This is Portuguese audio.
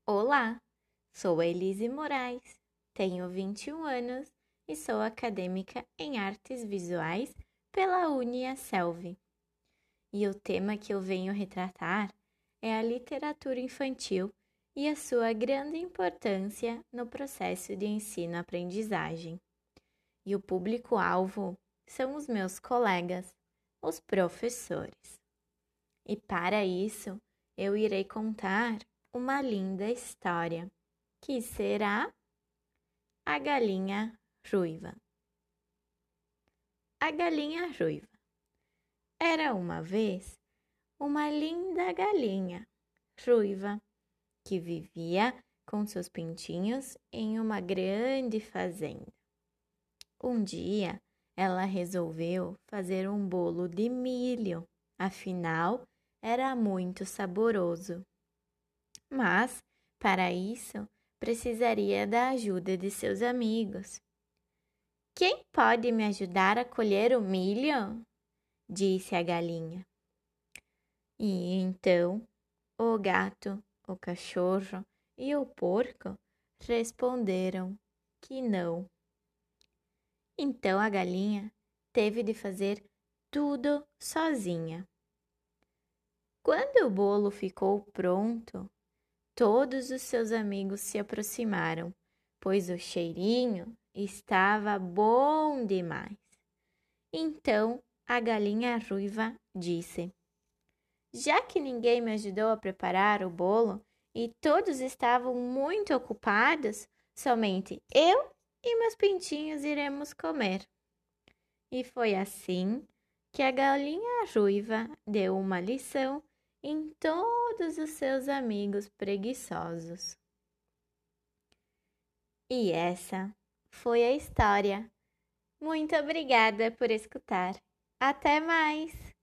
Olá, sou a Elise Moraes, tenho 21 anos e sou acadêmica em artes visuais pela UniaSelv. E o tema que eu venho retratar é a literatura infantil e a sua grande importância no processo de ensino-aprendizagem. E o público-alvo são os meus colegas, os professores. E para isso, eu irei contar uma linda história, que será a galinha ruiva. A galinha ruiva. Era uma vez uma linda galinha ruiva que vivia com seus pintinhos em uma grande fazenda. Um dia, ela resolveu fazer um bolo de milho, afinal, era muito saboroso. Mas, para isso, precisaria da ajuda de seus amigos. Quem pode me ajudar a colher o milho? Disse a galinha. E então o gato, o cachorro e o porco responderam que não. Então a galinha teve de fazer tudo sozinha. Quando o bolo ficou pronto, todos os seus amigos se aproximaram, pois o cheirinho estava bom demais. Então a galinha ruiva disse: Já que ninguém me ajudou a preparar o bolo e todos estavam muito ocupados, somente eu e meus pintinhos iremos comer. E foi assim que a galinha ruiva deu uma lição em todos os seus amigos preguiçosos. E essa foi a história. Muito obrigada por escutar. Até mais!